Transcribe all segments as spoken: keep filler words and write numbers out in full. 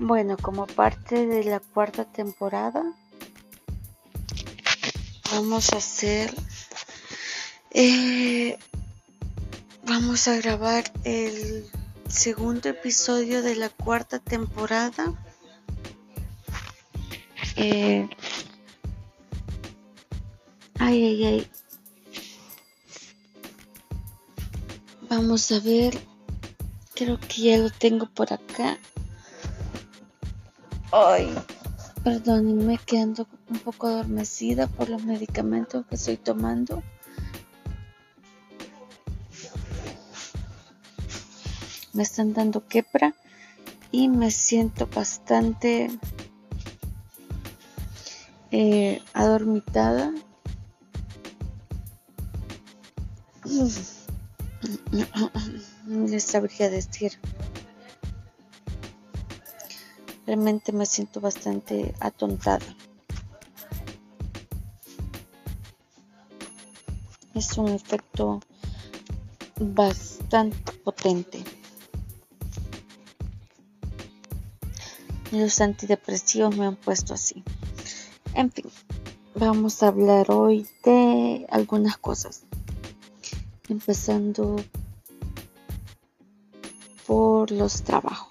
Bueno, como parte de la cuarta temporada, vamos a hacer, eh, vamos a grabar el segundo episodio de la cuarta temporada. Eh, ay, ay, ay. Vamos a ver, creo que ya lo tengo por acá. Ay, perdónenme que ando un poco adormecida por los medicamentos que estoy tomando. Me están dando quepra y me siento bastante eh, adormitada. No les sabría decir. Realmente me siento bastante atontada. Es un efecto bastante potente. Los antidepresivos me han puesto así. En fin, vamos a hablar hoy de algunas cosas. Empezando por los trabajos.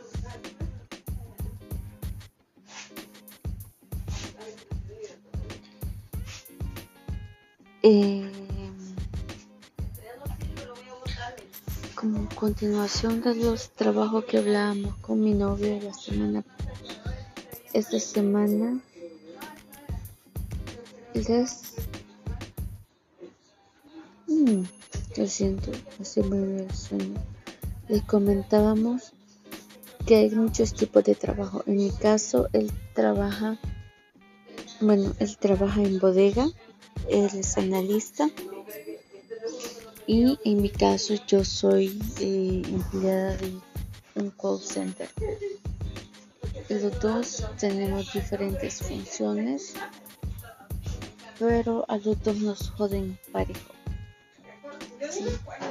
Eh, como continuación de los trabajos que hablábamos con mi novio la semana, esta semana les mm, lo siento, así me dio el sueño. Les comentábamos que hay muchos tipos de trabajo. En mi caso, él trabaja, bueno, él trabaja en bodega, él es analista. Y en mi caso yo soy eh, empleada de un call center. Los dos tenemos diferentes funciones, pero a los dos nos joden parejo. ¿Sí?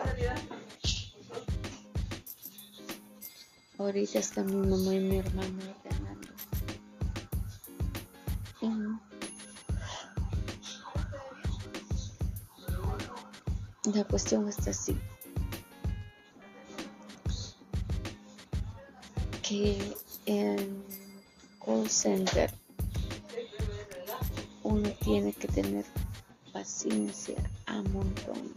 Ahorita está mi mamá y mi hermano ordenando. Y la cuestión está así. Que en call center uno tiene que tener paciencia a montón.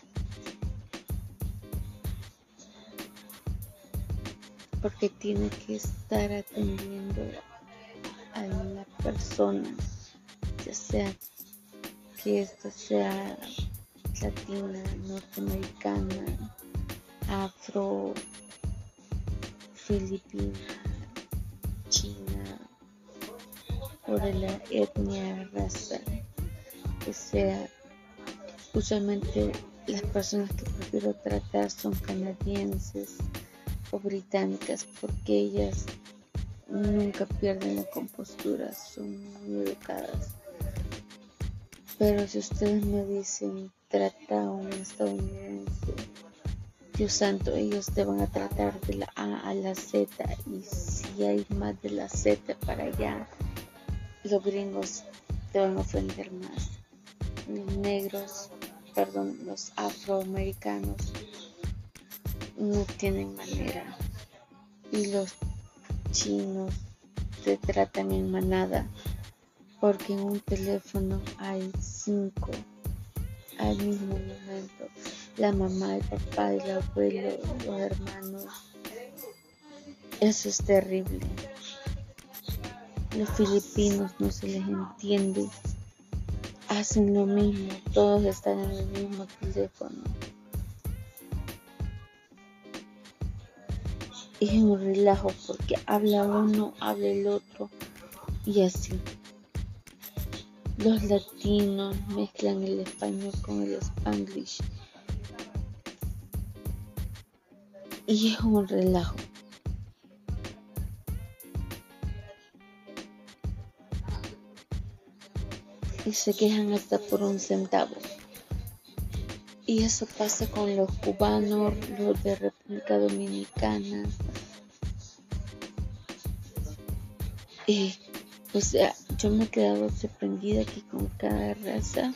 Porque tiene que estar atendiendo a la persona, ya sea que esta sea latina, norteamericana, afro, filipina, china, o de la etnia, raza que sea. Usualmente las personas que prefiero tratar son canadienses o británicas, porque ellas nunca pierden la compostura, son muy educadas. Pero si ustedes me dicen trata a un estadounidense, Dios santo, ellos te van a tratar de la A a la Z, y si hay más de la Z para allá, los gringos te van a ofender más. Los negros, perdón, los afroamericanos no tienen manera, y los chinos te tratan en manada, porque en un teléfono hay cinco al mismo momento, la mamá, el papá, el abuelo, los hermanos. Eso es terrible. Los filipinos no se les entiende, hacen lo mismo, todos están en el mismo teléfono. Es un relajo porque habla uno, habla el otro y así. Los latinos mezclan el español con el spanglish y es un relajo. Y se quejan hasta por un centavo. Y eso pasa con los cubanos, los de República Dominicana, Eh, o sea, yo me he quedado sorprendida que con cada raza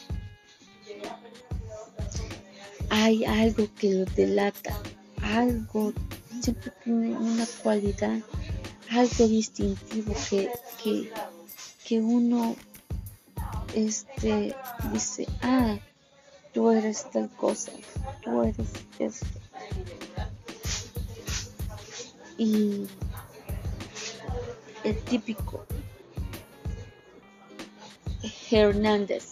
hay algo que lo delata, algo, siempre tiene una cualidad, algo distintivo que, que, que uno este, dice, ah, tú eres tal cosa, tú eres esto. Y el típico Hernández,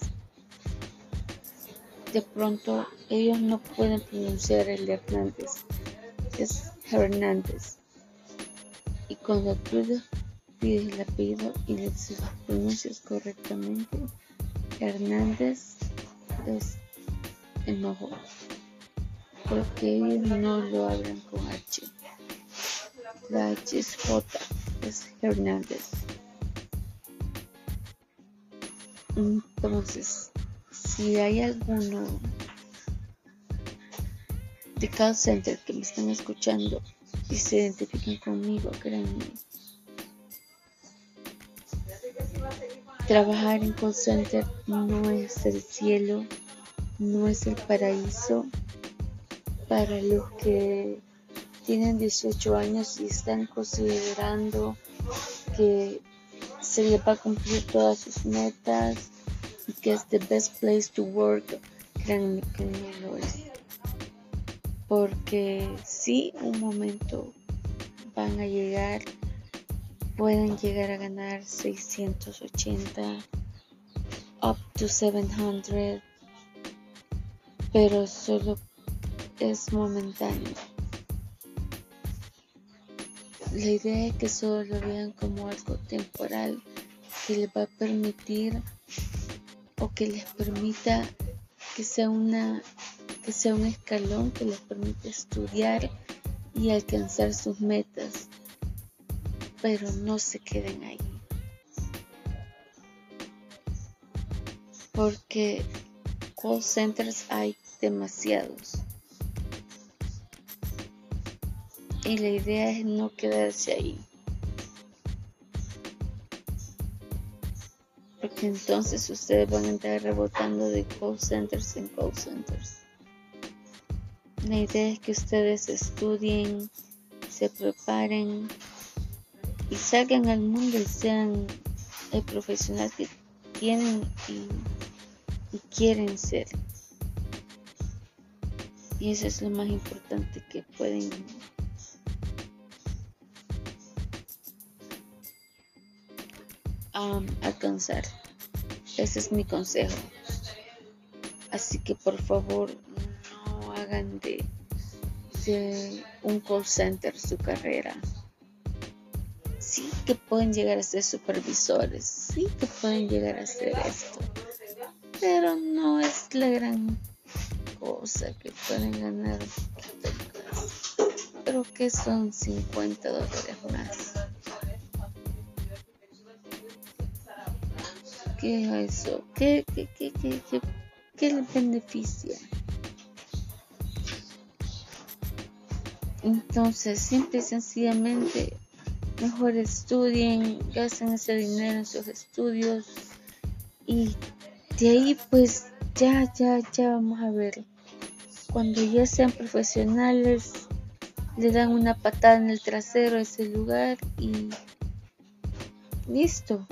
de pronto ellos no pueden pronunciar el Hernández, es Hernández. Y cuando tú le pides el apellido y le dices lo pronuncias correctamente, Hernández es enojo, porque ellos no lo hablan con H. La H es J, es Hernández. Entonces, si hay alguno de call center que me están escuchando y se identifican conmigo, créanme, trabajar en call center no es el cielo, no es el paraíso para los que tienen dieciocho años y están considerando que se les va a cumplir todas sus metas y que es the best place to work. Créanme que no lo es, porque sí, un momento van a llegar, pueden llegar a ganar seiscientos ochenta up to setecientos, pero solo es momentáneo. La idea es que solo lo vean como algo temporal que les va a permitir o que les permita que sea una que sea un escalón que les permite estudiar y alcanzar sus metas, pero no se queden ahí, porque call centers hay demasiados y la idea es no quedarse ahí, porque entonces ustedes van a estar rebotando de call centers en call centers. La idea es que ustedes estudien, se preparen y salgan al mundo y sean el profesional que tienen y, y quieren ser. Y eso es lo más importante que pueden um, alcanzar. Ese es mi consejo. Así que por favor no hagan de, de un call center su carrera. Sí que pueden llegar a ser supervisores, sí que pueden llegar a hacer esto, pero no es la gran cosa que pueden ganar un poquito más. Pero que son cincuenta dólares más. ¿Qué es eso? ¿Qué, qué, qué, qué, qué, qué les beneficia? Entonces, simple y sencillamente, mejor estudien, gasten ese dinero en sus estudios y de ahí pues ya, ya, ya vamos a ver. Cuando ya sean profesionales, le dan una patada en el trasero a ese lugar y listo.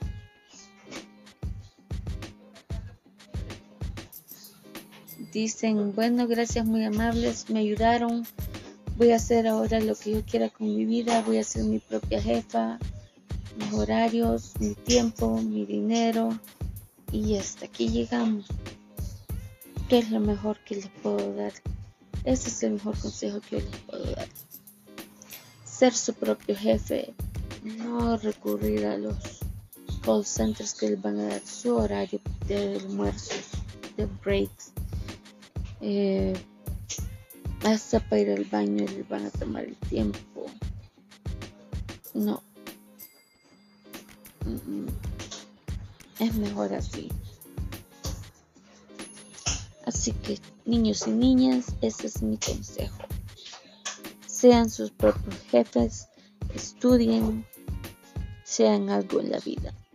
Dicen, bueno, gracias, muy amables, me ayudaron, voy a hacer ahora lo que yo quiera con mi vida, voy a ser mi propia jefa, mis horarios, mi tiempo, mi dinero, y hasta aquí llegamos. ¿Qué es lo mejor que les puedo dar? Ese es el mejor consejo que yo les puedo dar. Ser su propio jefe, no recurrir a los call centers que les van a dar su horario de almuerzos, de breaks, eh, hasta para ir al baño les van a tomar el tiempo. No, mm-mm. Es mejor así. Así que, niños y niñas, ese es mi consejo. Sean sus propios jefes, estudien, sean algo en la vida.